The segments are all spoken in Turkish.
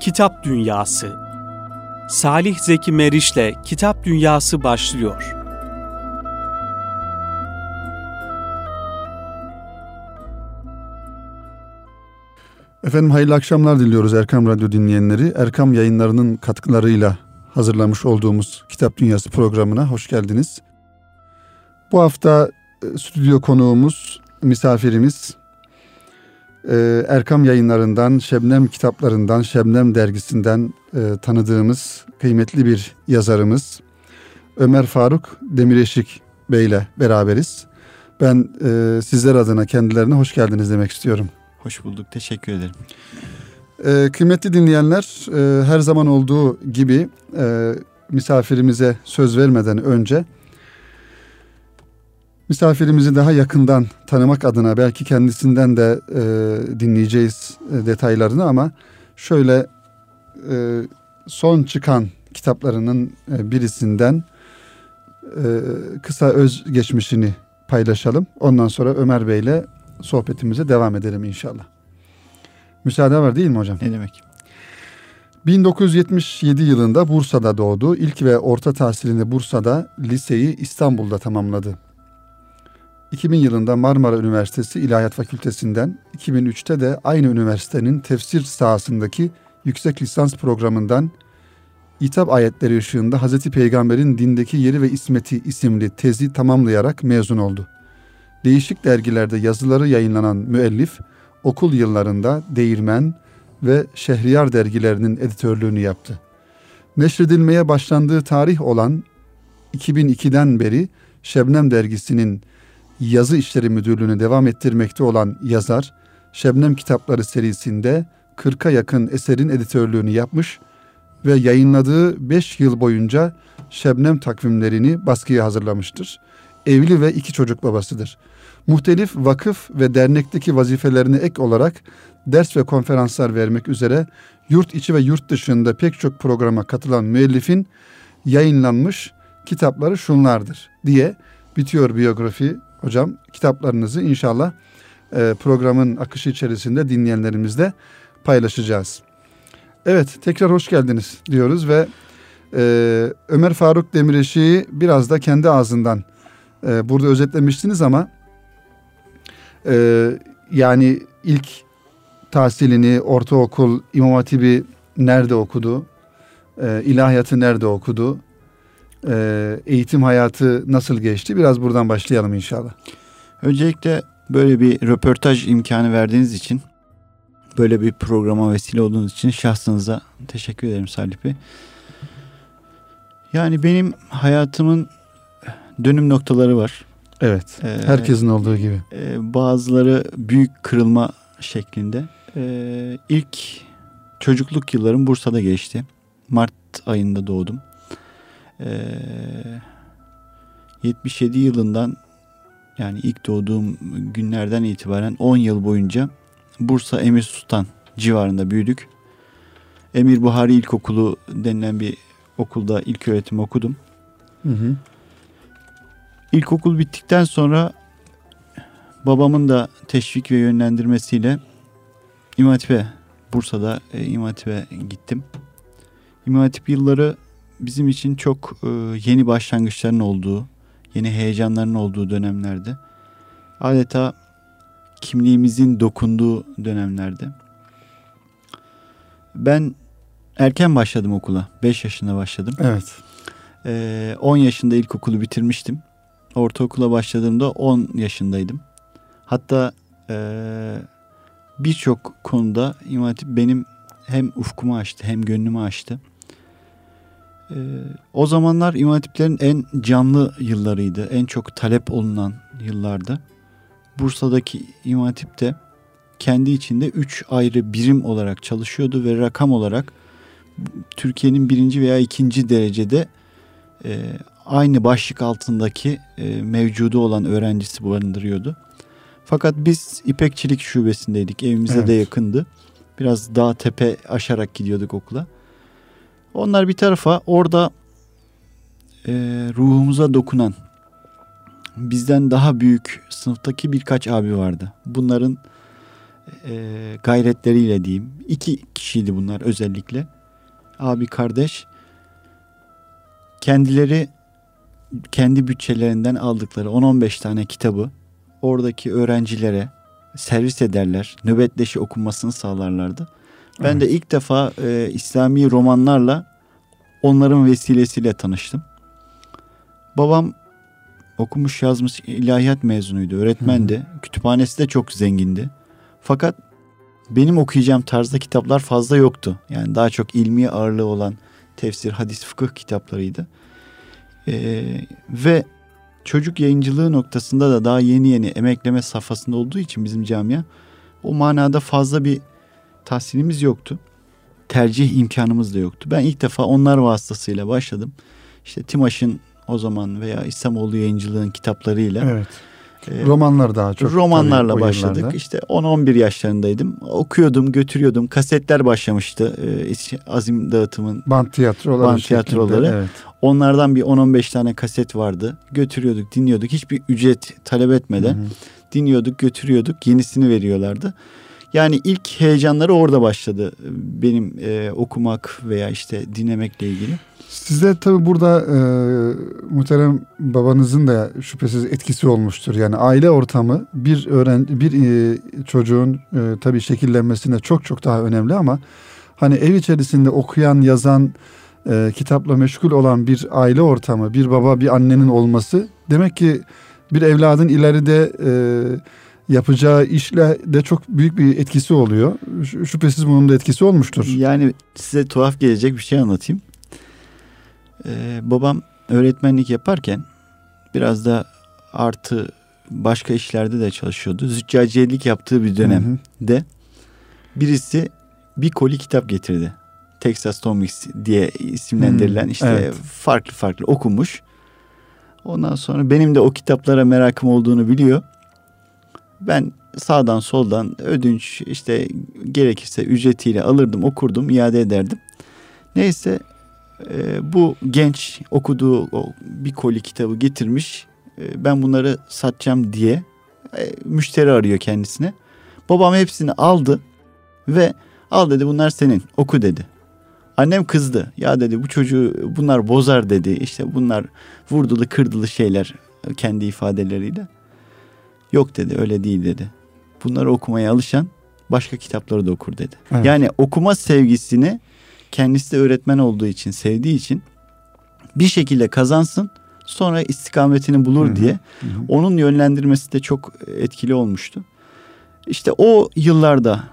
Kitap Dünyası. Salih Zeki Meriç'le Kitap Dünyası başlıyor. Efendim hayırlı akşamlar diliyoruz Erkam Radyo dinleyenleri. Erkam yayınlarının katkılarıyla hazırlamış olduğumuz Kitap Dünyası programına hoş geldiniz. Bu hafta stüdyo konuğumuz, misafirimiz Erkam yayınlarından, Şebnem kitaplarından, Şebnem dergisinden tanıdığımız kıymetli bir yazarımız Ömer Faruk Demireşik Bey ile beraberiz. Ben sizler adına kendilerine hoş geldiniz demek istiyorum. Hoş bulduk, teşekkür ederim. Kıymetli dinleyenler, her zaman olduğu gibi misafirimize söz vermeden önce misafirimizi daha yakından tanımak adına belki kendisinden de dinleyeceğiz detaylarını, ama şöyle son çıkan kitaplarının birisinden kısa özgeçmişini paylaşalım. Ondan sonra Ömer Bey'le sohbetimize devam edelim inşallah. Müsaade var değil mi hocam? Ne demek? 1977 yılında Bursa'da doğdu. İlk ve orta tahsilini Bursa'da, liseyi İstanbul'da tamamladı. 2000 yılında Marmara Üniversitesi İlahiyat Fakültesinden, 2003'te de aynı üniversitenin tefsir sahasındaki yüksek lisans programından İtap ayetleri ışığında Hazreti Peygamber'in dindeki yeri ve ismeti isimli tezi tamamlayarak mezun oldu. Değişik dergilerde yazıları yayınlanan müellif, okul yıllarında Değirmen ve Şehriyar dergilerinin editörlüğünü yaptı. Neşredilmeye başlandığı tarih olan 2002'den beri Şebnem dergisinin yazı işleri müdürlüğünü devam ettirmekte olan yazar, Şebnem Kitapları serisinde 40'a yakın eserin editörlüğünü yapmış ve yayınladığı 5 yıl boyunca Şebnem takvimlerini baskıya hazırlamıştır. Evli ve 2 çocuk babasıdır. Muhtelif vakıf ve dernekteki vazifelerine ek olarak ders ve konferanslar vermek üzere yurt içi ve yurt dışında pek çok programa katılan müellifin yayınlanmış kitapları şunlardır diye bitiyor biyografi. Hocam, kitaplarınızı inşallah programın akışı içerisinde dinleyenlerimizle paylaşacağız. Evet, tekrar hoş geldiniz diyoruz ve Ömer Faruk Demireşik'i biraz da kendi ağzından burada özetlemiştiniz ama yani ilk tahsilini, ortaokul, İmam Hatip'i nerede okudu? İlahiyatı nerede okudu? Eğitim hayatı nasıl geçti? Biraz buradan başlayalım inşallah. Öncelikle böyle bir röportaj imkanı verdiğiniz için, böyle bir programa vesile olduğunuz için şahsınıza teşekkür ederim Salih Bey. Yani benim hayatımın dönüm noktaları var. Evet, herkesin olduğu gibi. Bazıları büyük kırılma şeklinde. İlk çocukluk yıllarım Bursa'da geçti. Mart ayında doğdum. 77 yılından, yani ilk doğduğum günlerden itibaren 10 yıl boyunca Bursa Emir Sultan civarında büyüdük. Emir Buhari İlkokulu denilen bir okulda ilköğretim okudum. Hı hı. İlkokul bittikten sonra babamın da teşvik ve yönlendirmesiyle İmam Hatip'e, Bursa'da İmam Hatip'e gittim. İmam Hatip yılları bizim için çok yeni başlangıçların olduğu, yeni heyecanların olduğu dönemlerde. Adeta kimliğimizin dokunduğu dönemlerde. Ben erken başladım okula. 5 yaşında başladım. Evet. 10 yaşında ilkokulu bitirmiştim. Ortaokula başladığımda 10 yaşındaydım. Hatta birçok konuda İmam Hatip benim hem ufkumu açtı hem gönlümü açtı. O zamanlar İmam Hatiplerin en canlı yıllarıydı. En çok talep olunan yıllardı. Bursa'daki İmam Hatip de kendi içinde 3 ayrı birim olarak çalışıyordu ve rakam olarak Türkiye'nin 1. veya 2. derecede aynı başlık altındaki mevcudu olan öğrencisi barındırıyordu. Fakat biz İpekçilik şubesindeydik. Evimize de yakındı. Biraz dağ tepe aşarak gidiyorduk okula. Onlar bir tarafa, orada ruhumuza dokunan, bizden daha büyük sınıftaki birkaç abi vardı. Bunların gayretleriyle diyeyim. 2 kişiydi bunlar özellikle. Abi kardeş. Kendileri kendi bütçelerinden aldıkları 10-15 tane kitabı oradaki öğrencilere servis ederler. Nöbetleşi okunmasını sağlarlardı. Ben de ilk defa İslami romanlarla onların vesilesiyle tanıştım. Babam okumuş yazmış ilahiyat mezunuydu, öğretmendi. Kütüphanesi de çok zengindi. Fakat benim okuyacağım tarzda kitaplar fazla yoktu. Yani daha çok ilmi ağırlığı olan tefsir, hadis, fıkıh kitaplarıydı. Ve çocuk yayıncılığı noktasında da daha yeni emekleme safhasında olduğu için bizim camia o manada fazla bir tahsilimiz yoktu. Tercih imkanımız da yoktu. Ben ilk defa onlar vasıtasıyla başladım. İşte Timaş'ın o zaman veya İslamoğlu Yayıncılığın kitaplarıyla. Evet. Romanlar daha çok. Romanlarla başladık. İşte 10-11 yaşlarındaydım. Okuyordum, götürüyordum. Kasetler başlamıştı. Azim Dağıtım'ın bant tiyatroları. Evet. Onlardan bir 10-15 tane kaset vardı. Götürüyorduk, dinliyorduk. Hiçbir ücret talep etmeden dinliyorduk, götürüyorduk. Yenisini veriyorlardı. Yani ilk heyecanları orada başladı. Benim okumak veya işte dinlemekle ilgili. Size tabii burada muhterem babanızın da şüphesiz etkisi olmuştur. Yani aile ortamı bir çocuğun tabii şekillenmesine çok çok daha önemli ama hani ev içerisinde okuyan, yazan, kitapla meşgul olan bir aile ortamı, bir baba, bir annenin olması demek ki bir evladın ileride yapacağı işle de çok büyük bir etkisi oluyor. Şüphesiz bunun da etkisi olmuştur. Yani size tuhaf gelecek bir şey anlatayım. Babam öğretmenlik yaparken biraz da artı başka işlerde de çalışıyordu. Züccaciyelik yaptığı bir dönemde birisi bir koli kitap getirdi. Texas Tomix diye isimlendirilen işte farklı okumuş. Ondan sonra benim de o kitaplara merakım olduğunu biliyor. Ben sağdan soldan ödünç işte gerekirse ücretiyle alırdım, okurdum, iade ederdim. Neyse bu genç okuduğu o bir koli kitabı getirmiş. Ben bunları satacağım diye müşteri arıyor kendisine. Babam hepsini aldı ve al dedi, bunlar senin, oku dedi. Annem kızdı. Ya dedi, bu çocuğu bunlar bozar dedi. İşte bunlar vurdulu kırdılı şeyler, kendi ifadeleriyle. Yok dedi, öyle değil dedi. Bunları okumaya alışan başka kitapları da okur dedi. Evet. Yani okuma sevgisini kendisi de öğretmen olduğu için, sevdiği için bir şekilde kazansın, sonra istikametini bulur diye onun yönlendirmesi de çok etkili olmuştu. İşte o yıllarda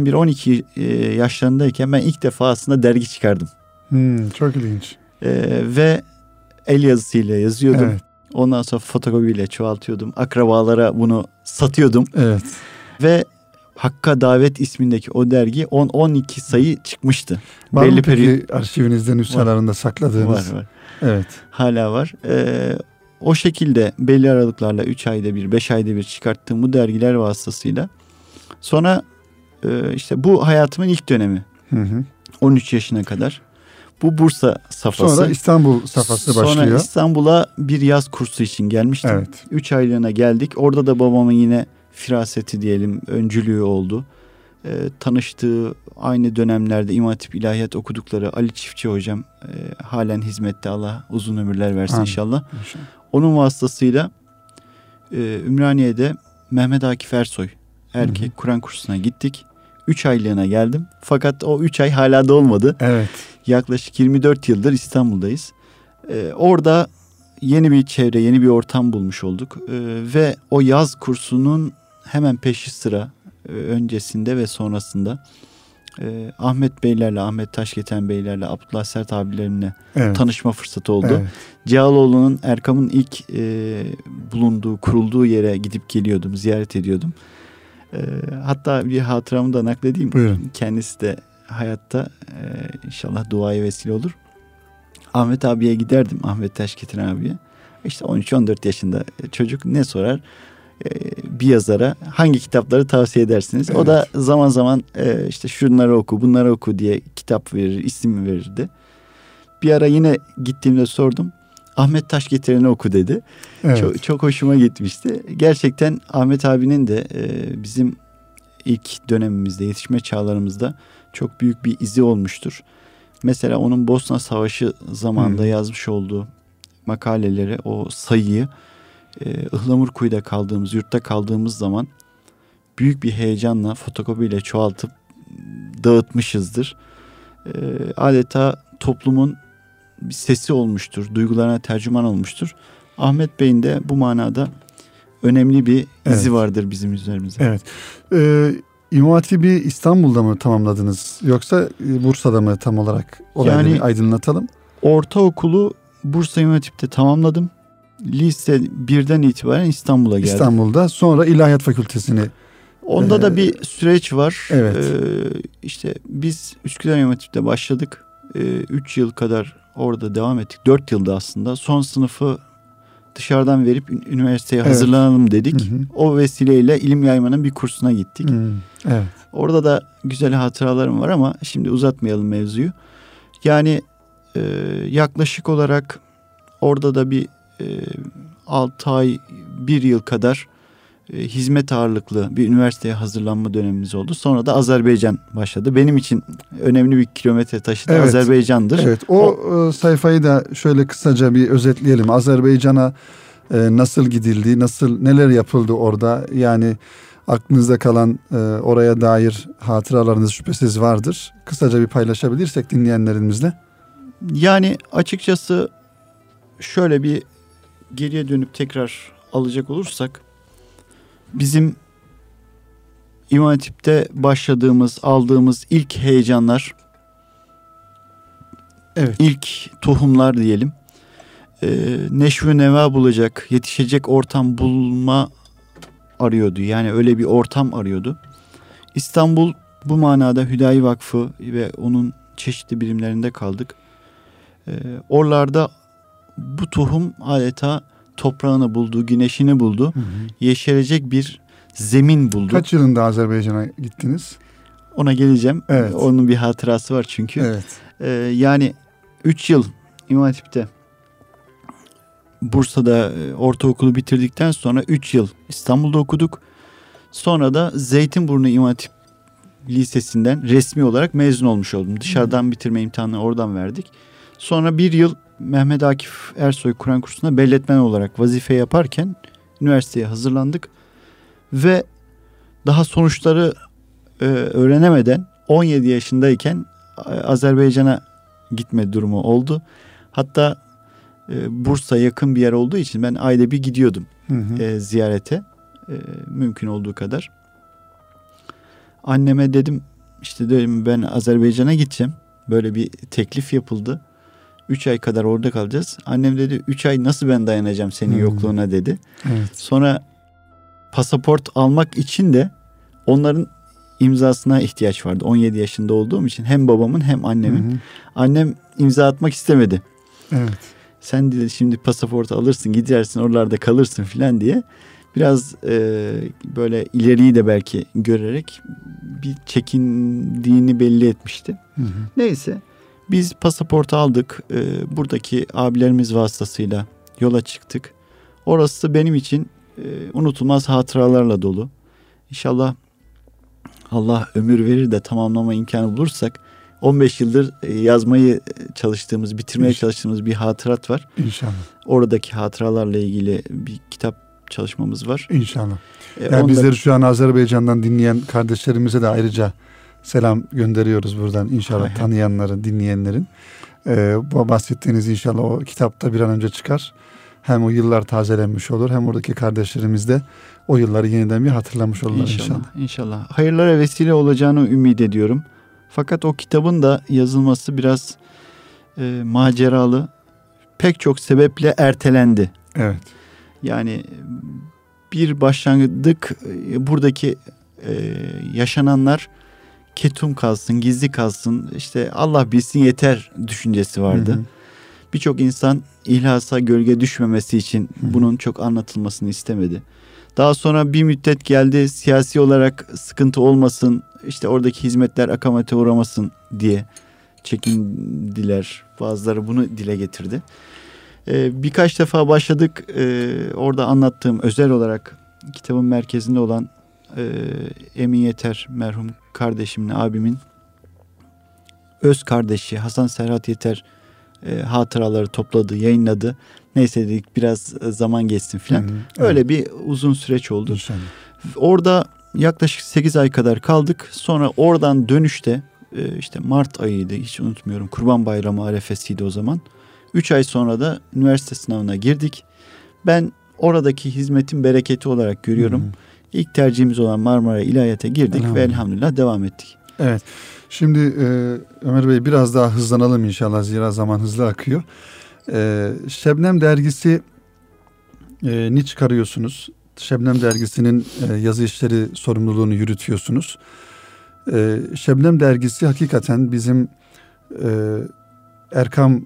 11-12 yaşlarındayken ben ilk defa aslında dergi çıkardım. Çok ilginç. Ve el yazısıyla yazıyordum. Evet. Ondan sonra fotokopiyle çoğaltıyordum. Akrabalara bunu satıyordum. Evet. Ve Hakka Davet ismindeki o dergi 10-12 sayı çıkmıştı. Var mı peki arşivinizde, nüshalarında sakladığınız? Var. Evet. Hala var. O şekilde belli aralıklarla 3 ayda bir, 5 ayda bir çıkarttığım bu dergiler vasıtasıyla sonra işte bu hayatımın ilk dönemi. 13 yaşına kadar. Bu Bursa safhası. Sonra İstanbul safhası başlıyor. Sonra İstanbul'a bir yaz kursu için gelmiştim. Evet. 3 aylığına geldik. Orada da babamın yine firaseti diyelim, öncülüğü oldu. Tanıştığı aynı dönemlerde İmam Hatip İlahiyat okudukları Ali Çiftçi hocam halen hizmette, Allah uzun ömürler versin inşallah. Onun vasıtasıyla Ümraniye'de Mehmet Akif Ersoy erkek Kur'an kursuna gittik. 3 aylığına geldim. Fakat o 3 ay hala da olmadı. Evet. Yaklaşık 24 yıldır İstanbul'dayız. Orada yeni bir çevre, yeni bir ortam bulmuş olduk. Ve o yaz kursunun hemen peşi sıra öncesinde ve sonrasında Ahmet Beylerle, Ahmet Taşketen Beylerle, Abdullah Sert abilerimle tanışma fırsatı oldu. Evet. Cihaloğlu'nun, Erkam'ın ilk bulunduğu, kurulduğu yere gidip geliyordum, ziyaret ediyordum. Hatta bir hatıramı da nakledeyim. Buyurun. Kendisi de hayatta, inşallah duaya vesile olur. Ahmet abiye giderdim, Ahmet Taşketen abiye. İşte 13-14 yaşında çocuk ne sorar? Bir yazara hangi kitapları tavsiye edersiniz? Evet. O da zaman zaman işte şunları oku, bunları oku diye kitap verir, isim verirdi. Bir ara yine gittiğimde sordum. Ahmet Taşketen'i oku dedi. Evet. Çok hoşuma gitmişti. Gerçekten Ahmet abinin de bizim ilk dönemimizde, yetişme çağlarımızda çok büyük bir izi olmuştur. Mesela onun Bosna Savaşı zamanında yazmış olduğu makaleleri, o sayıyı Ihlamurkuyu'da kaldığımız, yurtta kaldığımız zaman büyük bir heyecanla fotokopiyle çoğaltıp dağıtmışızdır. Adeta toplumun bir sesi olmuştur, duygularına tercüman olmuştur. Ahmet Bey'in de bu manada önemli bir izi vardır bizim üzerimizde. Evet. İmam Hatip'i İstanbul'da mı tamamladınız yoksa Bursa'da mı tam olarak? Olayları yani, aydınlatalım. Ortaokulu Bursa İmam Hatip'te tamamladım. Lise 1'den itibaren İstanbul'a geldim. İstanbul'da, sonra İlahiyat Fakültesini. Onda da bir süreç var. Evet. İşte biz Üsküdar İmam Hatip'te başladık. 3 yıl kadar orada devam ettik. 4 yılda aslında. Son sınıfı dışarıdan verip üniversiteye hazırlanalım dedik. Hı hı. O vesileyle ilim yaymanın bir kursuna gittik. Evet. Orada da güzel hatıralarım var ama şimdi uzatmayalım mevzuyu. Yani yaklaşık olarak orada da bir 6 ay, 1 yıl kadar hizmet ağırlıklı bir üniversiteye hazırlanma dönemimiz oldu. Sonra da Azerbaycan başladı. Benim için önemli bir kilometre taşı da Azerbaycan'dır. Evet, o sayfayı da şöyle kısaca bir özetleyelim. Azerbaycan'a nasıl gidildi, neler yapıldı orada? Yani aklınızda kalan oraya dair hatıralarınız şüphesiz vardır. Kısaca bir paylaşabilirsek dinleyenlerimizle. Yani açıkçası şöyle bir geriye dönüp tekrar alacak olursak, bizim İmam Hatip'te başladığımız, aldığımız ilk heyecanlar, ilk tohumlar diyelim, neşve neva bulacak, yetişecek ortam bulma arıyordu. Yani öyle bir ortam arıyordu. İstanbul bu manada Hüdayi Vakfı ve onun çeşitli birimlerinde kaldık. Oralarda bu tohum adeta toprağını buldu, güneşini buldu. Hı hı. Yeşerecek bir zemin buldu. Kaç yılında Azerbaycan'a gittiniz? Ona geleceğim. Evet. Onun bir hatırası var çünkü. Evet. Yani 3 yıl İmam Hatip'te, Bursa'da ortaokulu bitirdikten sonra 3 yıl İstanbul'da okuduk. Sonra da Zeytinburnu İmam Hatip Lisesi'nden resmi olarak mezun olmuş oldum. Dışarıdan bitirme imtihanını oradan verdik. Sonra 1 yıl Mehmet Akif Ersoy Kur'an kursuna belletmen olarak vazife yaparken üniversiteye hazırlandık. Ve daha sonuçları öğrenemeden 17 yaşındayken Azerbaycan'a gitme durumu oldu. Hatta Bursa yakın bir yer olduğu için ben ayda bir gidiyordum ziyarete, mümkün olduğu kadar. Anneme dedim, işte dedim ben Azerbaycan'a gideceğim. Böyle bir teklif yapıldı. 3 ay kadar orada kalacağız. Annem dedi 3 ay nasıl ben dayanacağım senin yokluğuna dedi. Evet. Sonra pasaport almak için de onların imzasına ihtiyaç vardı. 17 yaşında olduğum için hem babamın hem annemin. Hı hı. Annem imza atmak istemedi. Evet. Sen dedi şimdi pasaport alırsın, gidersin oralarda kalırsın filan diye. Biraz böyle ileriyi de belki görerek bir çekindiğini belli etmişti. Hı hı. Neyse biz pasaportu aldık. Buradaki abilerimiz vasıtasıyla yola çıktık. Orası benim için unutulmaz hatıralarla dolu. İnşallah Allah ömür verir de tamamlama imkanı bulursak 15 yıldır yazmayı çalıştığımız, bitirmeye çalıştığımız bir hatırat var. İnşallah. Oradaki hatıralarla ilgili bir kitap çalışmamız var. İnşallah. Yani bizleri şu an Azerbaycan'dan dinleyen kardeşlerimize de ayrıca selam gönderiyoruz buradan. İnşallah tanıyanların, dinleyenlerin. Bu bahsettiğiniz inşallah o kitapta bir an önce çıkar. Hem o yıllar tazelenmiş olur, hem oradaki kardeşlerimiz de o yılları yeniden bir hatırlamış olurlar inşallah. İnşallah. Hayırlara vesile olacağını ümit ediyorum. Fakat o kitabın da yazılması biraz maceralı. Pek çok sebeple ertelendi. Evet. Yani bir başlangıç, buradaki yaşananlar ketum kalsın, gizli kalsın, işte Allah bilsin yeter düşüncesi vardı. Hı hı. Birçok insan İhlas'a gölge düşmemesi için bunun çok anlatılmasını istemedi. Daha sonra bir müddet geldi, siyasi olarak sıkıntı olmasın, işte oradaki hizmetler akamete uğramasın diye çekindiler. Bazıları bunu dile getirdi. Birkaç defa başladık. Orada anlattığım özel olarak kitabın merkezinde olan Emin Yeter merhum kardeşimin, abimin öz kardeşi Hasan Serhat Yeter hatıraları topladı, yayınladı. Neyse dedik biraz zaman geçsin filan. Öyle bir uzun süreç oldu. İnşallah. Orada yaklaşık 8 ay kadar kaldık. Sonra oradan dönüşte işte Mart ayıydı, hiç unutmuyorum. Kurban Bayramı arefesiydi o zaman. 3 ay sonra da üniversite sınavına girdik. Ben oradaki hizmetin bereketi olarak görüyorum. İlk tercihimiz olan Marmara İlahiyat'a girdik ve elhamdülillah devam ettik. Evet. Şimdi Ömer Bey biraz daha hızlanalım inşallah, zira zaman hızlı akıyor. Şebnem dergisi ni çıkarıyorsunuz. Şebnem dergisinin yazı işleri sorumluluğunu yürütüyorsunuz. Şebnem dergisi hakikaten bizim Erkam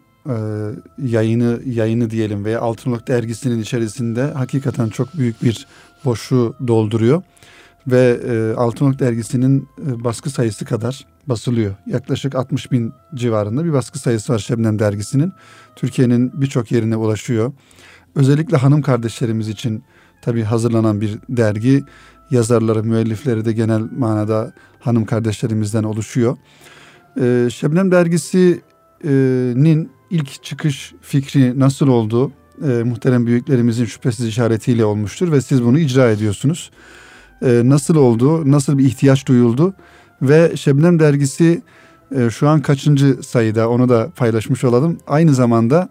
yayını diyelim veya Altınoluk dergisinin içerisinde hakikaten çok büyük bir boşluğu dolduruyor. Ve Altınoluk dergisinin baskı sayısı kadar basılıyor. Yaklaşık 60.000 civarında bir baskı sayısı var Şebnem dergisinin. Türkiye'nin birçok yerine ulaşıyor. Özellikle hanım kardeşlerimiz için tabii hazırlanan bir dergi. Yazarları, müellifleri de genel manada hanım kardeşlerimizden oluşuyor. Şebnem dergisinin ilk çıkış fikri nasıl oldu? Muhterem büyüklerimizin şüphesiz işaretiyle olmuştur ve siz bunu icra ediyorsunuz. Nasıl oldu? Nasıl bir ihtiyaç duyuldu? Ve Şebnem dergisi şu an kaçıncı sayıda, onu da paylaşmış olalım. Aynı zamanda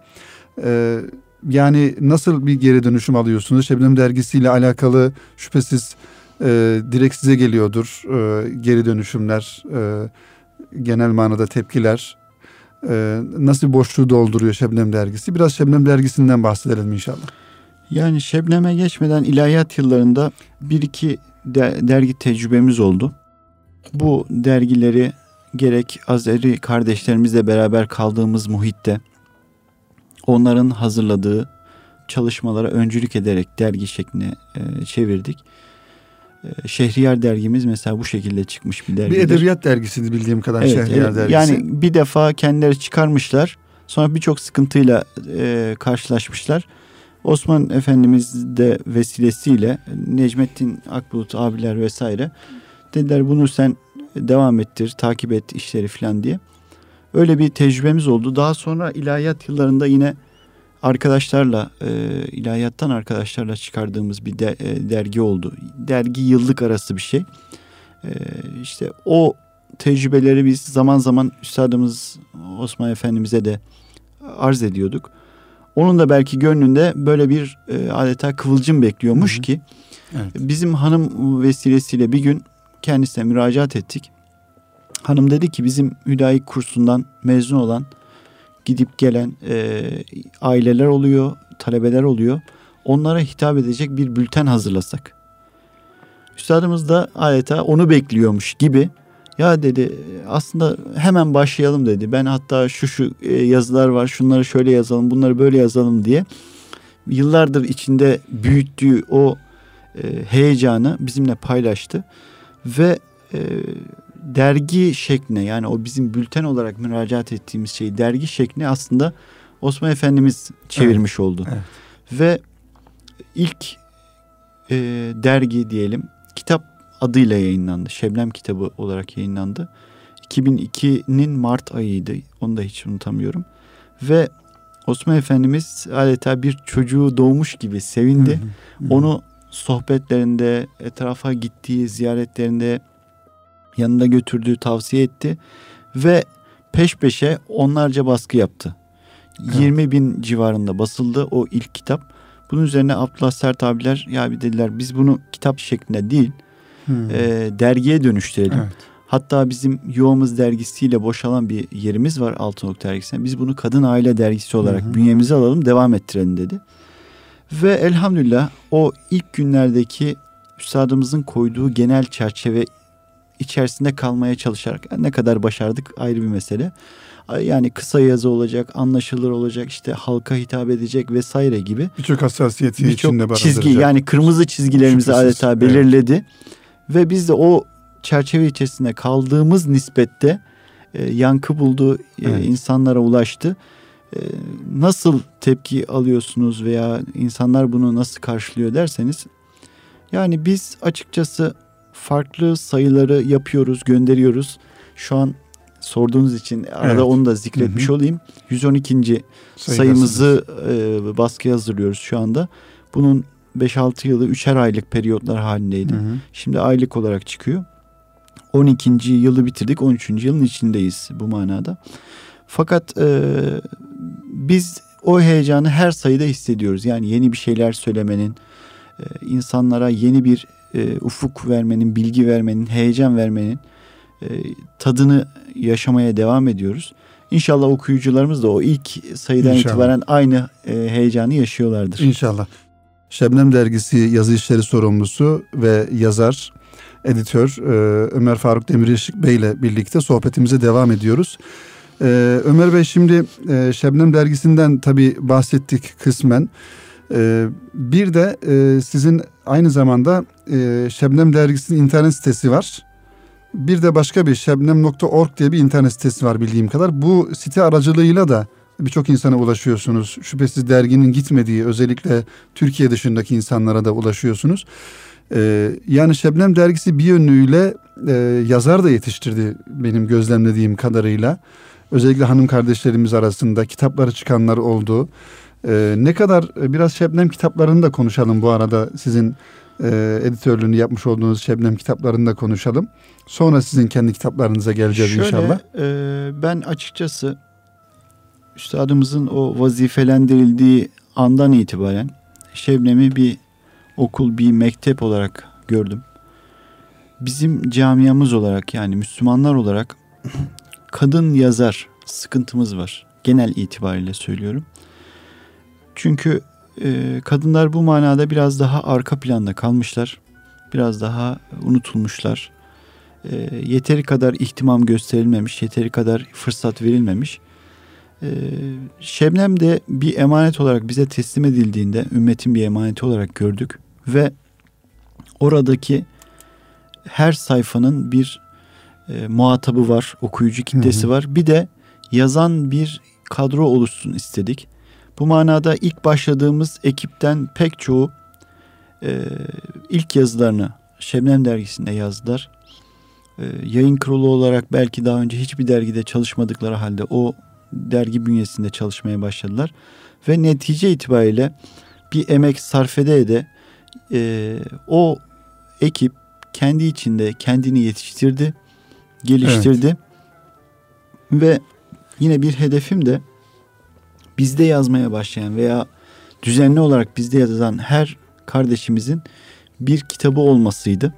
yani nasıl bir geri dönüşüm alıyorsunuz? Şebnem dergisiyle alakalı şüphesiz direkt size geliyordur geri dönüşümler, genel manada tepkiler. Nasıl bir boşluğu dolduruyor Şebnem dergisi? Biraz Şebnem dergisinden bahsedelim inşallah. Yani Şebnem'e geçmeden ilahiyat yıllarında bir iki dergi tecrübemiz oldu. Bu dergileri gerek Azeri kardeşlerimizle beraber kaldığımız muhitte onların hazırladığı çalışmalara öncülük ederek dergi şekline çevirdik. Şehriyar dergimiz mesela bu şekilde çıkmış bir dergidir. Bir edebiyat dergisiydi bildiğim kadarıyla, evet, Şehriyar dergisi. Yani bir defa kendileri çıkarmışlar. Sonra birçok sıkıntıyla karşılaşmışlar. Osman Efendimiz de vesilesiyle Necmettin Akbulut abiler vesaire dediler bunu sen devam ettir, takip et işleri falan diye. Öyle bir tecrübemiz oldu. Daha sonra ilahiyat yıllarında yine arkadaşlarla, ilahiyattan arkadaşlarla çıkardığımız bir dergi oldu. Dergi yıllık arası bir şey. İşte o tecrübeleri biz zaman zaman üstadımız Osman Efendimiz'e de arz ediyorduk. Onun da belki gönlünde böyle bir adeta kıvılcım bekliyormuş ki evet. Bizim hanım vesilesiyle bir gün kendisine müracaat ettik. Hanım dedi ki bizim hüdayi kursundan mezun olan gidip gelen aileler oluyor, talebeler oluyor. Onlara hitap edecek bir bülten hazırlasak. Üstadımız da adeta onu bekliyormuş gibi. Ya dedi aslında hemen başlayalım dedi. Ben hatta şu yazılar var, şunları şöyle yazalım, bunları böyle yazalım diye. Yıllardır içinde büyüttüğü o heyecanı bizimle paylaştı. Ve dergi şekline, yani o bizim bülten olarak müracaat ettiğimiz şeyi dergi şekline aslında Osman Efendimiz çevirmiş oldu. Evet. Ve ilk dergi diyelim kitap adıyla yayınlandı. Şebnem kitabı olarak yayınlandı. 2002'nin Mart ayıydı. Onu da hiç unutamıyorum. Ve Osman Efendimiz adeta bir çocuğu doğmuş gibi sevindi. Onu sohbetlerinde, etrafa gittiği ziyaretlerinde yanında götürdüğü, tavsiye etti. Ve peş peşe onlarca baskı yaptı. 20.000 civarında basıldı o ilk kitap. Bunun üzerine Abdullah Sert abiler ya bir dediler biz bunu kitap şeklinde değil dergiye dönüştürelim. Evet. Hatta bizim Yuvamız dergisiyle boşalan bir yerimiz var Altınoluk dergisine. Biz bunu kadın aile dergisi olarak bünyemize alalım, devam ettirelim dedi. Ve elhamdülillah o ilk günlerdeki üstadımızın koyduğu genel çerçeve içerisinde kalmaya çalışarak ne kadar başardık ayrı bir mesele. Yani kısa yazı olacak, anlaşılır olacak, işte halka hitap edecek vesaire gibi. Birçok hassasiyeti içinde barındıracak. Çizgi, yani kırmızı çizgilerimizi şüphesiz adeta belirledi. Evet. Ve biz de o çerçeve içerisinde kaldığımız nispette yankı buldu, evet. insanlara ulaştı. Nasıl tepki alıyorsunuz veya insanlar bunu nasıl karşılıyor derseniz, yani biz açıkçası farklı sayıları yapıyoruz, gönderiyoruz. Şu an sorduğunuz için arada onu da zikretmiş olayım. 112. sayımızı baskıya hazırlıyoruz şu anda. Bunun 5-6 yılı 3'er aylık periyotlar halindeydi. Şimdi aylık olarak çıkıyor. 12. yılı bitirdik. 13. yılın içindeyiz bu manada. Fakat biz o heyecanı her sayıda hissediyoruz. Yani yeni bir şeyler söylemenin, insanlara yeni bir ufuk vermenin, bilgi vermenin, heyecan vermenin tadını yaşamaya devam ediyoruz. İnşallah okuyucularımız da o ilk sayıdan itibaren aynı heyecanı yaşıyorlardır. İnşallah. Şebnem Dergisi yazı işleri sorumlusu ve yazar, editör Ömer Faruk Demiryeşik Bey ile birlikte sohbetimize devam ediyoruz. Ömer Bey, şimdi Şebnem Dergisi'nden tabii bahsettik kısmen. Bir de sizin aynı zamanda Şebnem Dergisi'nin internet sitesi var. Bir de başka bir şebnem.org diye bir internet sitesi var bildiğim kadar. Bu site aracılığıyla da birçok insana ulaşıyorsunuz. Şüphesiz derginin gitmediği, özellikle Türkiye dışındaki insanlara da ulaşıyorsunuz. Yani Şebnem Dergisi bir yönüyle yazar da yetiştirdi benim gözlemlediğim kadarıyla. Özellikle hanım kardeşlerimiz arasında kitapları çıkanlar oldu. Ne kadar biraz Şebnem kitaplarını da konuşalım bu arada. Sizin editörlüğünü yapmış olduğunuz Şebnem kitaplarını da konuşalım. Sonra sizin kendi kitaplarınıza geleceğiz inşallah. Ben açıkçası üstadımızın o vazifelendirildiği andan itibaren Şebnem'i bir okul, bir mektep olarak gördüm. Bizim camiamız olarak, yani Müslümanlar olarak kadın yazar sıkıntımız var. Genel itibariyle söylüyorum. Çünkü kadınlar bu manada biraz daha arka planda kalmışlar. Biraz daha unutulmuşlar. Yeteri kadar ihtimam gösterilmemiş, yeteri kadar fırsat verilmemiş. Şebnem de bir emanet olarak bize teslim edildiğinde ümmetin bir emaneti olarak gördük. Ve oradaki her sayfanın bir muhatabı var, okuyucu kitlesi var. Bir de yazan bir kadro oluşsun istedik. Bu manada ilk başladığımız ekipten pek çoğu ilk yazılarını Şebnem Dergisi'nde yazdılar. Yayın kurulu olarak belki daha önce hiçbir dergide çalışmadıkları halde o dergi bünyesinde çalışmaya başladılar. Ve netice itibariyle bir emek sarf ede o ekip kendi içinde kendini yetiştirdi, geliştirdi. Ve yine bir hedefim de bizde yazmaya başlayan veya düzenli olarak bizde yazan her kardeşimizin bir kitabı olmasıydı.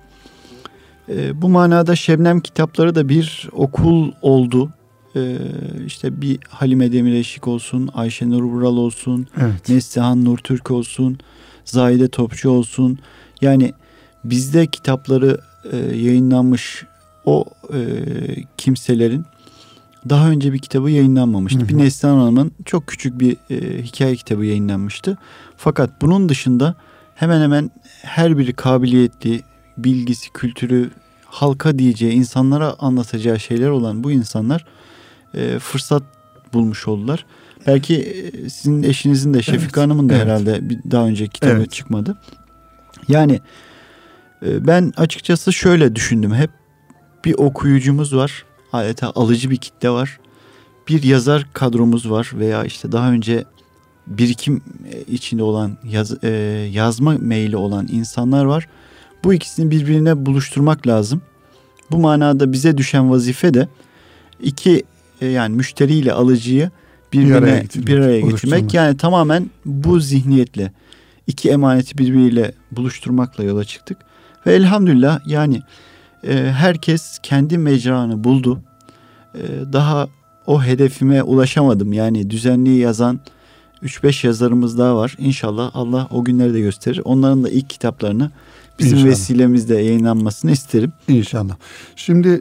Bu manada Şebnem kitapları da bir okul oldu. İşte bir Halime Demirelşik olsun, Ayşe Nur Vural olsun, Neslihan Nurtürk olsun, Zahide Topçu olsun. Yani bizde kitapları yayınlanmış o kimselerin daha önce bir kitabı yayınlanmamıştı. Bir Neslihan Hanım'ın çok küçük bir hikaye kitabı yayınlanmıştı. Fakat bunun dışında hemen hemen her biri kabiliyetli, bilgisi, kültürü, halka diyeceği, insanlara anlatacağı şeyler olan bu insanlar fırsat bulmuş oldular. Belki sizin eşinizin de Şefika Hanım'ın da herhalde daha önce kitabı çıkmadı. Yani ben açıkçası şöyle düşündüm hep. Bir okuyucumuz var. Adeta alıcı bir kitle var. Bir yazar kadromuz var veya işte daha önce birikim içinde olan yazma meyli olan insanlar var. Bu ikisini birbirine buluşturmak lazım. Bu manada bize düşen vazife de iki yani müşteriyle alıcıyı birbirine bir araya getirmek. Yani tamamen bu zihniyetle iki emaneti birbiriyle buluşturmakla yola çıktık. Ve elhamdülillah yani herkes kendi mecranı buldu. Daha o hedefime ulaşamadım. Yani düzenli yazan 3-5 yazarımız daha var. İnşallah Allah o günleri de gösterir. Onların da ilk kitaplarını bizim vesilemizde yayınlanmasını isterim. İnşallah. Şimdi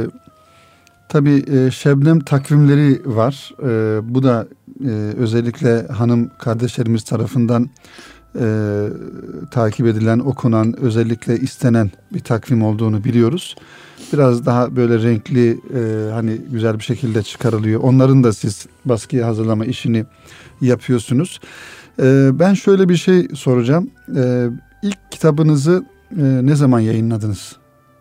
tabii Şebnem takvimleri var. Bu da özellikle hanım kardeşlerimiz tarafından takip edilen, okunan, özellikle istenen bir takvim olduğunu biliyoruz. Biraz daha böyle renkli, hani güzel bir şekilde çıkarılıyor. Onların da siz baskıya hazırlama işini yapıyorsunuz. Ben şöyle bir şey soracağım. İlk kitabınızı ne zaman yayınladınız?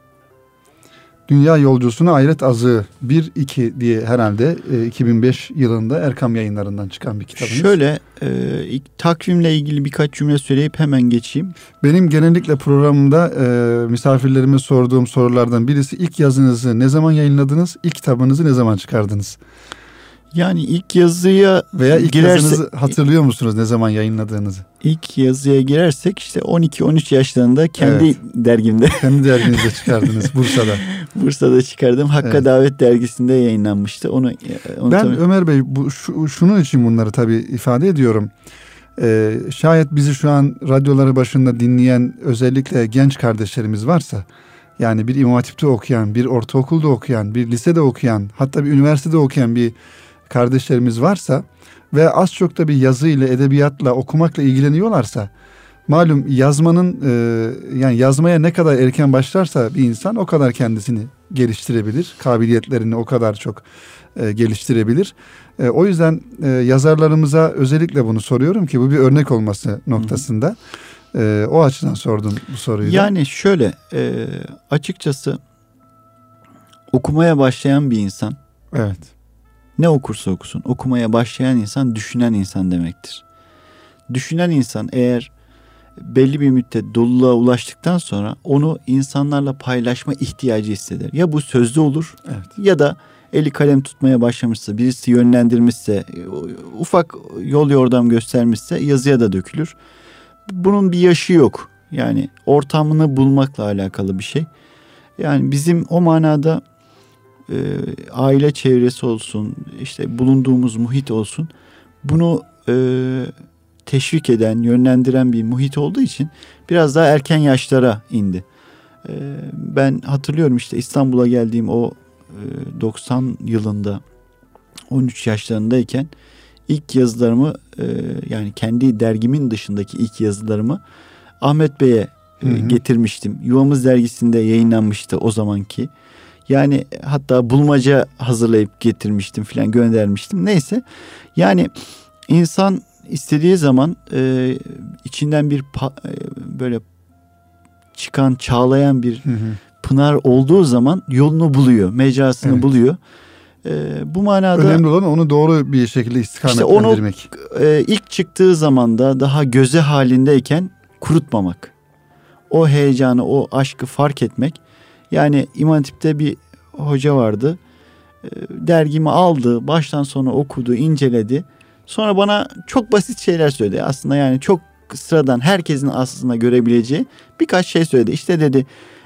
Dünya Yolcusuna Ayret Azığı 1-2 diye herhalde 2005 yılında Erkam Yayınları'ndan çıkan bir kitabınız. Şöyle takvimle ilgili birkaç cümle söyleyip hemen geçeyim. Benim genellikle programımda misafirlerime sorduğum sorulardan birisi, ilk yazınızı ne zaman yayınladınız, ilk kitabınızı ne zaman çıkardınız? Yani ilk yazıya veya ilk yazınızı hatırlıyor musunuz, ne zaman yayınladığınızı? İlk yazıya girersek işte 12-13 yaşlarında kendi dergimde. Kendi derginizde çıkardınız Bursa'da. Bursa'da çıkardım. Hakka Davet dergisinde yayınlanmıştı. Ben Ömer Bey şunun için bunları tabii ifade ediyorum. Şayet bizi şu an radyoları başında dinleyen özellikle genç kardeşlerimiz varsa, yani bir İmam Hatip'te okuyan, bir ortaokulda okuyan, bir lisede okuyan, hatta bir üniversitede okuyan bir kardeşlerimiz varsa ve az çok da bir yazı ile, edebiyatla, okumakla ilgileniyorlarsa, malum yazmanın yani yazmaya ne kadar erken başlarsa bir insan o kadar kendisini geliştirebilir. Kabiliyetlerini o kadar çok geliştirebilir. O yüzden yazarlarımıza özellikle bunu soruyorum ki bu bir örnek olması noktasında. O açıdan sordum bu soruyu. Yani şöyle açıkçası okumaya başlayan bir insan, evet, ne okursa okusun, okumaya başlayan insan düşünen insan demektir. Düşünen insan eğer belli bir müddet doluluğa ulaştıktan sonra onu insanlarla paylaşma ihtiyacı hisseder. Ya bu sözlü olur, evet, ya da eli kalem tutmaya başlamışsa, birisi yönlendirmişse, ufak yol yordam göstermişse yazıya da dökülür. Bunun bir yaşı yok. Yani ortamını bulmakla alakalı bir şey. Yani bizim o manada aile çevresi olsun, işte bulunduğumuz muhit olsun, bunu teşvik eden, yönlendiren bir muhit olduğu için biraz daha erken yaşlara indi. Ben hatırlıyorum işte İstanbul'a geldiğim o 90 yılında 13 yaşlarındayken ilk yazılarımı yani kendi dergimin dışındaki ilk yazılarımı Ahmet Bey'e getirmiştim. Yuvamız dergisinde yayınlanmıştı o zamanki. Yani hatta bulmaca hazırlayıp getirmiştim filan, göndermiştim. Neyse, yani insan istediği zaman içinden bir böyle çıkan, çağlayan bir pınar olduğu zaman yolunu buluyor, mecrasını buluyor. Bu manada önemli olan onu doğru bir şekilde istikametlendirmek. İşte onu ilk çıktığı zaman da daha göze halindeyken kurutmamak. O heyecanı, o aşkı fark etmek. Yani İmam Hatip'te bir hoca vardı. Dergimi aldı, baştan sona okudu, inceledi. Sonra bana çok basit şeyler söyledi. Aslında yani çok sıradan, herkesin aslında görebileceği birkaç şey söyledi. İşte dedi,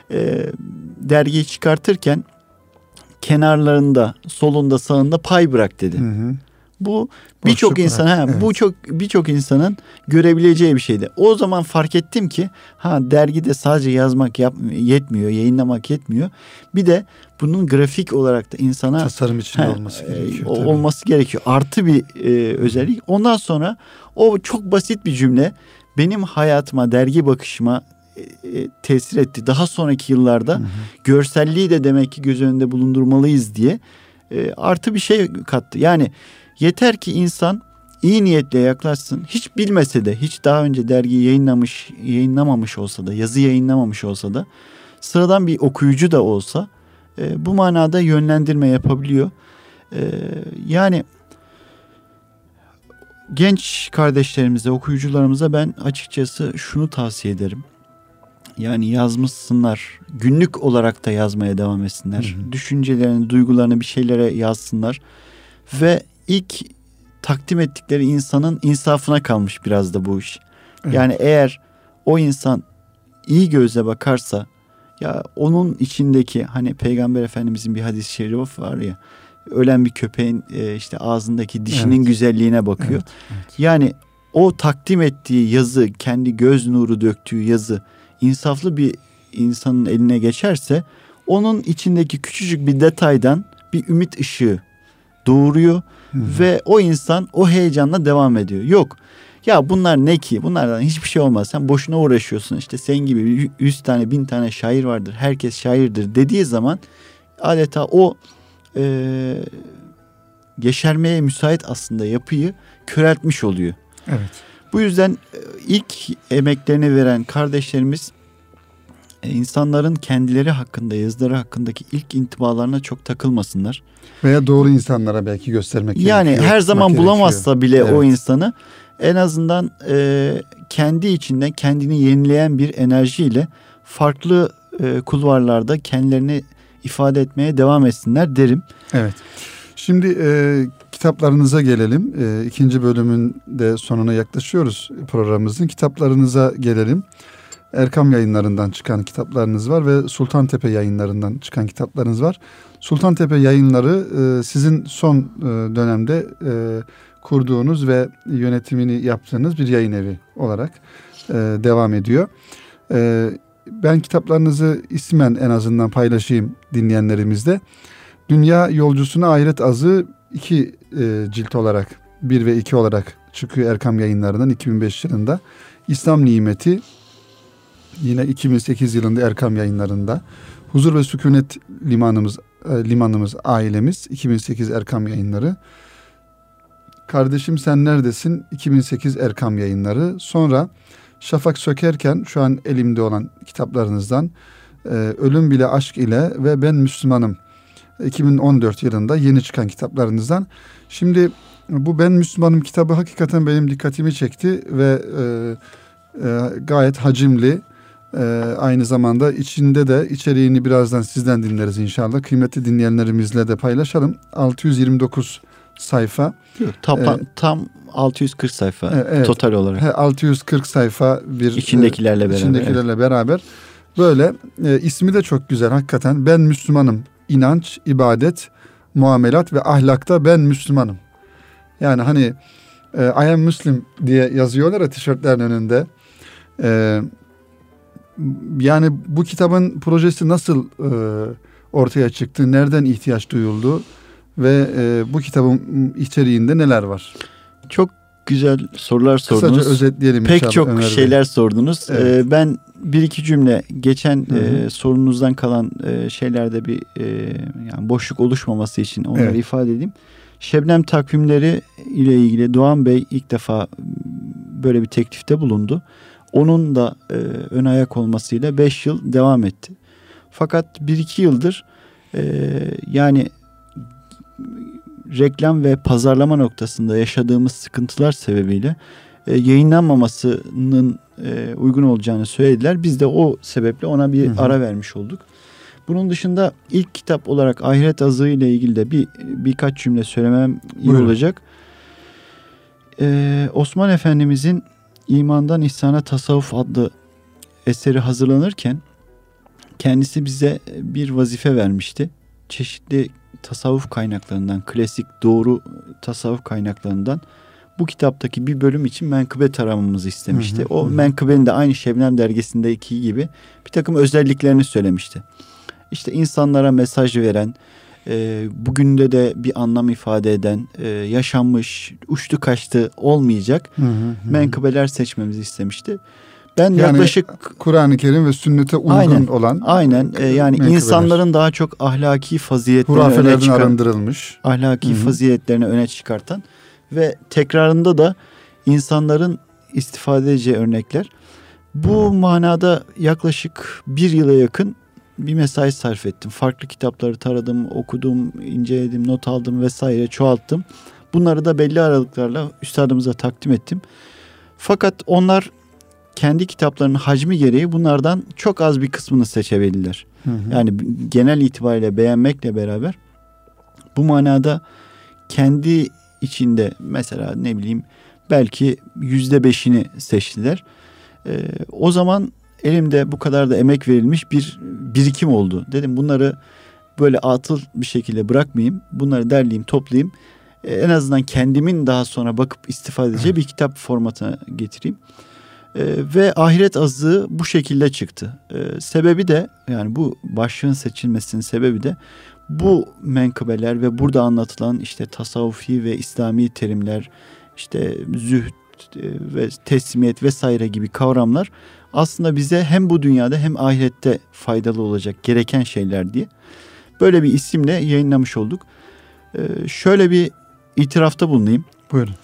dergiyi çıkartırken kenarlarında, solunda, sağında pay bırak dedi. Bu birçok insan, bu birçok insanın görebileceği bir şeydi. O zaman fark ettim ki dergide sadece yazmak yetmiyor, yayınlamak yetmiyor. Bir de bunun grafik olarak da insana tasarım içinde olması gerekiyor. Olması gerekiyor. Artı bir özellik. Ondan sonra o çok basit bir cümle benim hayatıma, dergi bakışıma tesir etti. Daha sonraki yıllarda görselliği de demek ki göz önünde bulundurmalıyız diye artı bir şey kattı. Yani yeter ki insan iyi niyetle yaklaşsın. Hiç bilmese de, hiç daha önce dergi yayınlamamış olsa da, yazı yayınlamamış olsa da, sıradan bir okuyucu da olsa bu manada yönlendirme yapabiliyor. Yani genç kardeşlerimize, okuyucularımıza ben açıkçası şunu tavsiye ederim. Yani yazmışsınlar, günlük olarak da yazmaya devam etsinler. Düşüncelerini, duygularını bir şeylere yazsınlar. Ve ilk takdim ettikleri insanın insafına kalmış biraz da bu iş. Evet. Yani eğer o insan iyi gözle bakarsa, ya onun içindeki, hani Peygamber Efendimizin bir hadis-i şerifi var ya, ölen bir köpeğin işte ağzındaki dişinin güzelliğine bakıyor. Evet. Yani o takdim ettiği yazı, kendi göz nuru döktüğü yazı insaflı bir insanın eline geçerse, onun içindeki küçücük bir detaydan bir ümit ışığı doğuruyor ve o insan o heyecanla devam ediyor. Yok ya bunlar ne ki, bunlardan hiçbir şey olmaz, sen boşuna uğraşıyorsun, işte sen gibi 100 tane 1000 tane şair vardır, herkes şairdir dediği zaman adeta o yeşermeye müsait aslında yapıyı köreltmiş oluyor. Evet. Bu yüzden ilk emeklerini veren kardeşlerimiz insanların kendileri hakkında, yazıları hakkındaki ilk intibalarına çok takılmasınlar. Veya doğru insanlara belki göstermek gerekiyor. Yani her zaman bulamazsa bile evet, o insanı en azından kendi içinden kendini yenileyen bir enerjiyle farklı kulvarlarda kendilerini ifade etmeye devam etsinler derim. Evet. Şimdi kitaplarınıza gelelim. İkinci bölümün de sonuna yaklaşıyoruz programımızın. Kitaplarınıza gelelim. Erkam Yayınları'ndan çıkan kitaplarınız var ve Sultantepe Yayınları'ndan çıkan kitaplarınız var. Sultantepe Yayınları sizin son dönemde kurduğunuz ve yönetimini yaptığınız bir yayın evi olarak devam ediyor. Ben kitaplarınızı ismen en azından paylaşayım dinleyenlerimizle. Dünya Yolcusuna Ahiret Azı 2 cilt olarak 1 ve 2 olarak çıkıyor Erkam Yayınları'ndan 2005 yılında. İslam Nimeti yine 2008 yılında Erkam Yayınları'nda. Huzur ve Sükunet Limanımız Ailemiz 2008 Erkam Yayınları. Kardeşim Sen Neredesin 2008 Erkam Yayınları. Sonra Şafak Sökerken şu an elimde olan kitaplarınızdan Ölüm Bile Aşk ile ve Ben Müslümanım 2014 yılında yeni çıkan kitaplarınızdan. Şimdi bu Ben Müslümanım kitabı hakikaten benim dikkatimi çekti ve gayet hacimli. Aynı zamanda içinde de içeriğini birazdan sizden dinleriz inşallah. Kıymetli dinleyenlerimizle de paylaşalım. 629 sayfa. Tam 640 sayfa evet, total olarak. 640 sayfa bir içindekilerle beraber. Böyle ismi de çok güzel hakikaten. Ben Müslümanım. İnanç, ibadet, muamelat ve ahlakta ben Müslümanım. Yani hani I am Muslim diye yazıyorlar ya tişörtlerin önünde. Yani bu kitabın projesi nasıl ortaya çıktı? Nereden ihtiyaç duyuldu? Ve bu kitabın içeriğinde neler var? Çok güzel sorular sordunuz. Kısaca özetleyelim. Pek çok şeyler sordunuz. Evet. Ben bir iki cümle geçen sorunuzdan kalan şeylerde bir yani boşluk oluşmaması için onları ifade edeyim. Şebnem takvimleri ile ilgili Doğan Bey ilk defa böyle bir teklifte bulundu. Onun da ön ayak olmasıyla 5 yıl devam etti. Fakat 1-2 yıldır yani reklam ve pazarlama noktasında yaşadığımız sıkıntılar sebebiyle yayınlanmamasının uygun olacağını söylediler. Biz de o sebeple ona bir ara vermiş olduk. Bunun dışında ilk kitap olarak Ahiret Azığı ile ilgili de birkaç cümle söylemem iyi olacak. Osman Efendimizin İmandan İhsana Tasavvuf adlı eseri hazırlanırken kendisi bize bir vazife vermişti. Çeşitli tasavvuf kaynaklarından, klasik doğru tasavvuf kaynaklarından bu kitaptaki bir bölüm için menkıbe taramamızı istemişti. O menkıbenin de aynı Şebnem dergisindeki gibi bir takım özelliklerini söylemişti. İşte insanlara mesaj veren, bugünde de bir anlam ifade eden, yaşanmış, uçtu kaçtı olmayacak menkıbeler seçmemizi istemişti. Ben yani yaklaşık Kur'an-ı Kerim ve sünnete uygun olan yani menkıbeler. İnsanların daha çok ahlaki faziletlerini arındırılmış. Ahlaki faziletlerini öne çıkartan ve tekrarında da insanların istifade edeceği örnekler. Bu manada yaklaşık 1 yıla yakın bir mesai sarf ettim. Farklı kitapları taradım, okudum, inceledim, not aldım vesaire, çoğalttım. Bunları da belli aralıklarla üstadımıza takdim ettim. Fakat onlar kendi kitaplarının hacmi gereği bunlardan çok az bir kısmını seçebildiler. Yani genel itibariyle beğenmekle beraber bu manada kendi içinde mesela ne bileyim belki %5'ini seçtiler. O zaman elimde bu kadar da emek verilmiş bir birikim oldu. Dedim bunları böyle atıl bir şekilde bırakmayayım. Bunları derleyeyim, toplayayım. En azından kendimin daha sonra bakıp istifade edeceği bir kitap formatına getireyim. Ve Ahiret Azığı bu şekilde çıktı. Sebebi de yani bu başlığın seçilmesinin sebebi de bu menkıbeler ve burada anlatılan işte tasavvufi ve İslami terimler, işte zühd ve teslimiyet vesaire gibi kavramlar aslında bize hem bu dünyada hem ahirette faydalı olacak gereken şeyler diye böyle bir isimle yayınlamış olduk. Şöyle bir itirafta bulunayım. Buyurun.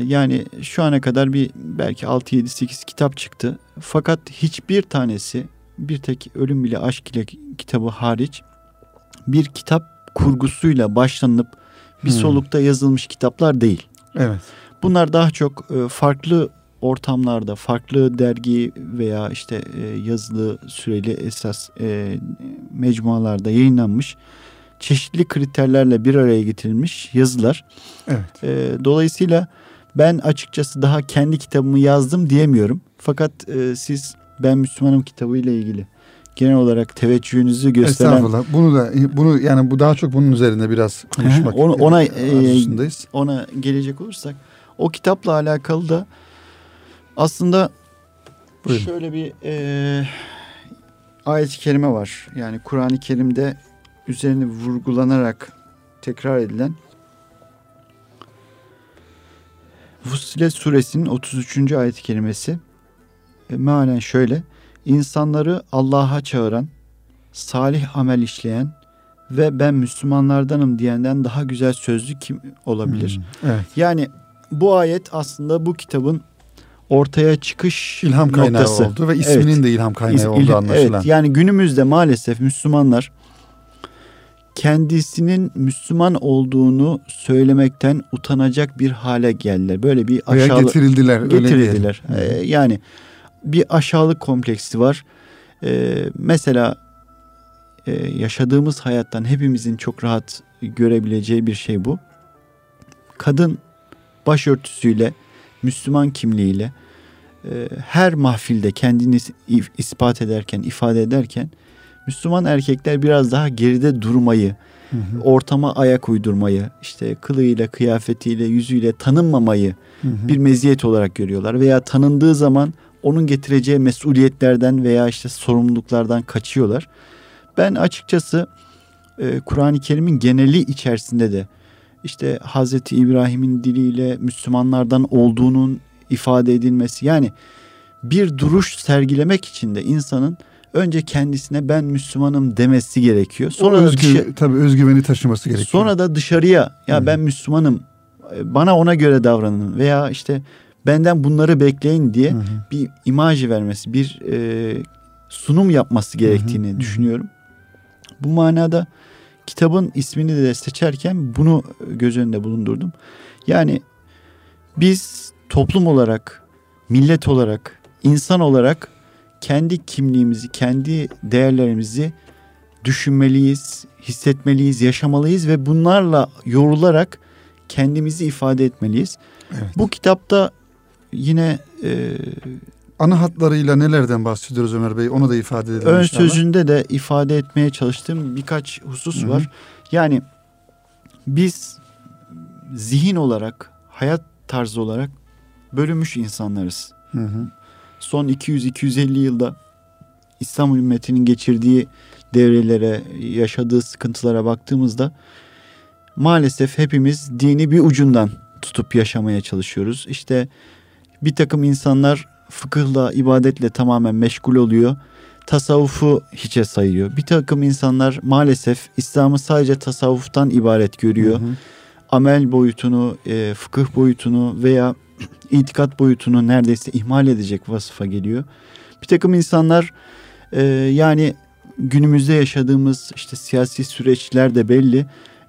Yani şu ana kadar belki 6-7-8 kitap çıktı. Fakat hiçbir tanesi bir tek Ölüm Bile Aşk ile kitabı hariç bir kitap kurgusuyla başlanıp bir solukta yazılmış kitaplar değil. Evet. Bunlar daha çok farklı ortamlarda, farklı dergi veya işte yazılı süreli esas mecmualarda yayınlanmış, çeşitli kriterlerle bir araya getirilmiş yazılar. Evet. Dolayısıyla ben açıkçası daha kendi kitabımı yazdım diyemiyorum. Fakat siz Ben Müslümanım kitabı ile ilgili genel olarak teveccühünüzü gösteren... Estağfurullah. Bunu yani bu daha çok bunun üzerine biraz konuşmak arzusundayız. Ona gelecek olursak, o kitapla alakalı da aslında buyurun, şöyle bir ayet-i kerime var. Yani Kur'an-ı Kerim'de üzerine vurgulanarak tekrar edilen Fussilet suresinin 33. ayet-i kerimesi mealen şöyle: İnsanları Allah'a çağıran, salih amel işleyen ve ben Müslümanlardanım diyenden daha güzel sözlü kim olabilir? Evet. Yani bu ayet aslında bu kitabın ortaya çıkış ilham kaynağı noktası oldu ve isminin de ilham kaynağı oldu anlaşılan. Evet, yani günümüzde maalesef Müslümanlar kendisinin Müslüman olduğunu söylemekten utanacak bir hale geldiler. Böyle bir aşağılık getirildiler. Yani bir aşağılık kompleksi var. Mesela yaşadığımız hayattan hepimizin çok rahat görebileceği bir şey bu. Kadın başörtüsüyle, Müslüman kimliğiyle her mahfilde kendini ispat ederken, ifade ederken, Müslüman erkekler biraz daha geride durmayı, ortama ayak uydurmayı, işte kılığıyla, kıyafetiyle, yüzüyle tanınmamayı bir meziyet olarak görüyorlar. Veya tanındığı zaman onun getireceği mesuliyetlerden veya işte sorumluluklardan kaçıyorlar. Ben açıkçası Kur'an-ı Kerim'in geneli içerisinde de işte Hazreti İbrahim'in diliyle Müslümanlardan olduğunun ifade edilmesi, yani bir duruş sergilemek için de insanın önce kendisine ben Müslümanım demesi gerekiyor. Sonra tabii özgüveni taşıması gerekiyor. Sonra da dışarıya ya ben Müslümanım, bana ona göre davranın veya işte benden bunları bekleyin diye bir imaj vermesi, bir sunum yapması gerektiğini düşünüyorum. Bu manada kitabın ismini de seçerken bunu göz önünde bulundurdum. Yani biz toplum olarak, millet olarak, insan olarak kendi kimliğimizi, kendi değerlerimizi düşünmeliyiz, hissetmeliyiz, yaşamalıyız ve bunlarla yorularak kendimizi ifade etmeliyiz. Evet. Bu kitapta yine ana hatlarıyla nelerden bahsediyoruz Ömer Bey? Onu da ifade edelim. Ön sözünde de ifade etmeye çalıştığım birkaç husus var. Yani biz zihin olarak, hayat tarzı olarak bölünmüş insanlarız. Son 200-250 yılda İslam ümmetinin geçirdiği devrelere, yaşadığı sıkıntılara baktığımızda maalesef hepimiz dini bir ucundan tutup yaşamaya çalışıyoruz. İşte bir takım insanlar fıkıhla, ibadetle tamamen meşgul oluyor. Tasavvufu hiçe sayıyor. Bir takım insanlar maalesef İslam'ı sadece tasavvuftan ibaret görüyor. Amel boyutunu, fıkıh boyutunu veya itikat boyutunu neredeyse ihmal edecek vasıfa geliyor. Bir takım insanlar yani günümüzde yaşadığımız işte siyasi süreçler de belli.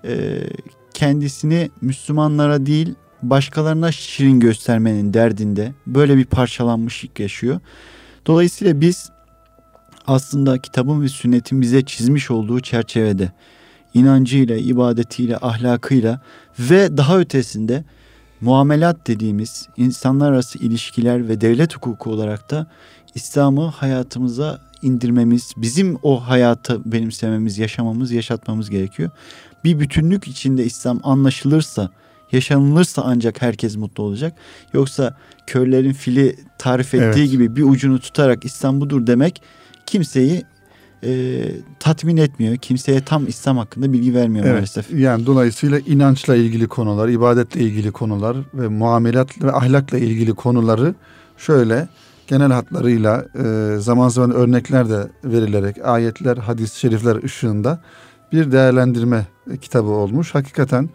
Kendisini Müslümanlara değil başkalarına şirin göstermenin derdinde, böyle bir parçalanmışlık yaşıyor. Dolayısıyla biz aslında kitabın ve sünnetin bize çizmiş olduğu çerçevede inancıyla, ibadetiyle, ahlakıyla ve daha ötesinde muamelat dediğimiz insanlar arası ilişkiler ve devlet hukuku olarak da İslam'ı hayatımıza indirmemiz, bizim o hayatı benimsememiz, yaşamamız, yaşatmamız gerekiyor. Bir bütünlük içinde İslam anlaşılırsa, yaşanılırsa ancak herkes mutlu olacak. Yoksa körlerin fili tarif ettiği gibi bir ucunu tutarak İslam budur demek kimseyi tatmin etmiyor. Kimseye tam İslam hakkında bilgi vermiyor maalesef. Yani dolayısıyla inançla ilgili konular, ibadetle ilgili konular ve muamelat ve ahlakla ilgili konuları şöyle genel hatlarıyla zaman zaman örnekler de verilerek ayetler, hadis-i şerifler ışığında bir değerlendirme kitabı olmuş. Hakikaten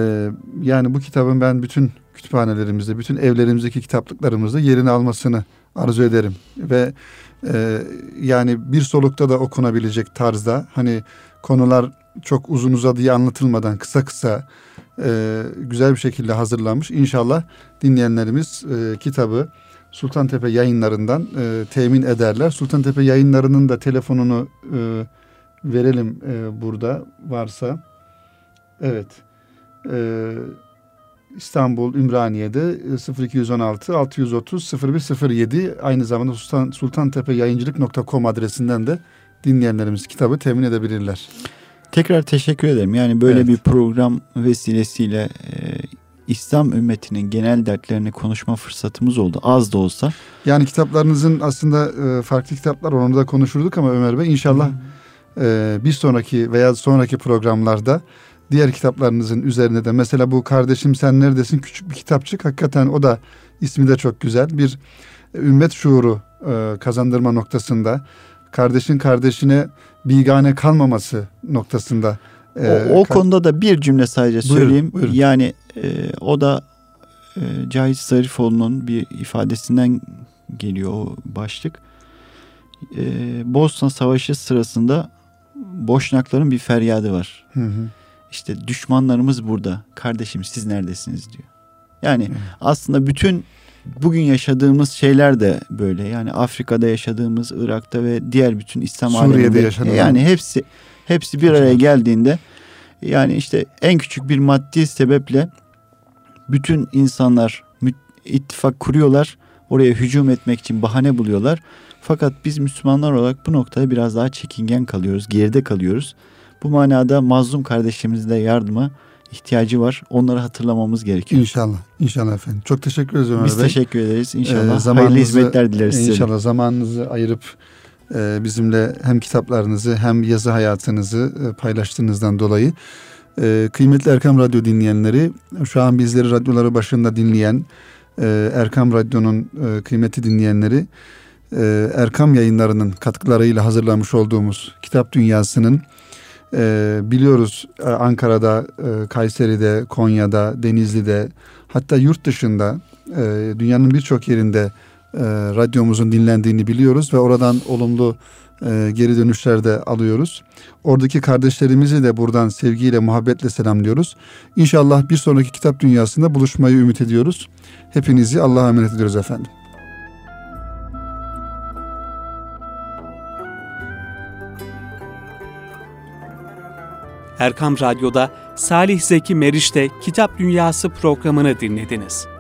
yani bu kitabın ben bütün kütüphanelerimizde, bütün evlerimizdeki kitaplıklarımızda yerini almasını arzu ederim. Ve yani bir solukta da okunabilecek tarzda, hani konular çok uzun uzadıya anlatılmadan kısa kısa güzel bir şekilde hazırlanmış. İnşallah dinleyenlerimiz kitabı Sultantepe Yayınları'ndan temin ederler. Sultantepe Yayınları'nın da telefonunu verelim burada varsa. Evet. İstanbul Ümraniye'de 0216 630 0107, aynı zamanda sultantepeyayıncılık.com adresinden de dinleyenlerimiz kitabı temin edebilirler. Tekrar teşekkür ederim. Yani böyle Evet. bir program vesilesiyle İslam ümmetinin genel dertlerini konuşma fırsatımız oldu. Az da olsa. Yani kitaplarınızın aslında farklı kitaplar, onu da konuşurduk ama Ömer Bey inşallah bir sonraki veya sonraki programlarda diğer kitaplarınızın üzerine de, mesela bu Kardeşim Sen Neredesin, küçük bir kitapçık. Hakikaten o da, ismi de çok güzel. Bir ümmet şuuru kazandırma noktasında, kardeşin kardeşine bigane kalmaması noktasında. O konuda da bir cümle sadece söyleyeyim. Buyurun. Yani o da Cahit Zarifoğlu'nun bir ifadesinden geliyor o başlık. Bosna Savaşı sırasında Boşnakların bir feryadı var. Hı hı. İşte düşmanlarımız burada. Kardeşim siz neredesiniz diyor. Yani aslında bütün bugün yaşadığımız şeyler de böyle. Yani Afrika'da yaşadığımız, Irak'ta ve diğer bütün İslam Suriye'de aleminde. yaşanan. Yani hepsi bir araya geldiğinde, yani işte en küçük bir maddi sebeple bütün insanlar ittifak kuruyorlar. Oraya hücum etmek için bahane buluyorlar. Fakat biz Müslümanlar olarak bu noktada biraz daha çekingen kalıyoruz, geride kalıyoruz. Bu manada mazlum kardeşlerimizin de yardıma ihtiyacı var. Onları hatırlamamız gerekiyor. İnşallah. İnşallah efendim. Çok teşekkür ederiz Ömer Biz Bey. teşekkür ederiz. İnşallah Zamanınızı- hayırlı hizmetler dileriz size. İnşallah zamanınızı ayırıp bizimle hem kitaplarınızı hem yazı hayatınızı paylaştığınızdan dolayı. Kıymetli Erkam Radyo dinleyenleri, şu an bizleri radyoları başında dinleyen Erkam Radyo'nun kıymetli dinleyenleri, Erkam Yayınları'nın katkılarıyla hazırlamış olduğumuz Kitap Dünyası'nın biliyoruz Ankara'da, Kayseri'de, Konya'da, Denizli'de, hatta yurt dışında dünyanın birçok yerinde radyomuzun dinlendiğini biliyoruz ve oradan olumlu geri dönüşler de alıyoruz. Oradaki kardeşlerimizi de buradan sevgiyle, muhabbetle selamlıyoruz. İnşallah bir sonraki Kitap Dünyası'nda buluşmayı ümit ediyoruz. Hepinizi Allah'a emanet ediyoruz efendim. Erkam Radyo'da Salih Zeki Meriç'te Kitap Dünyası programını dinlediniz.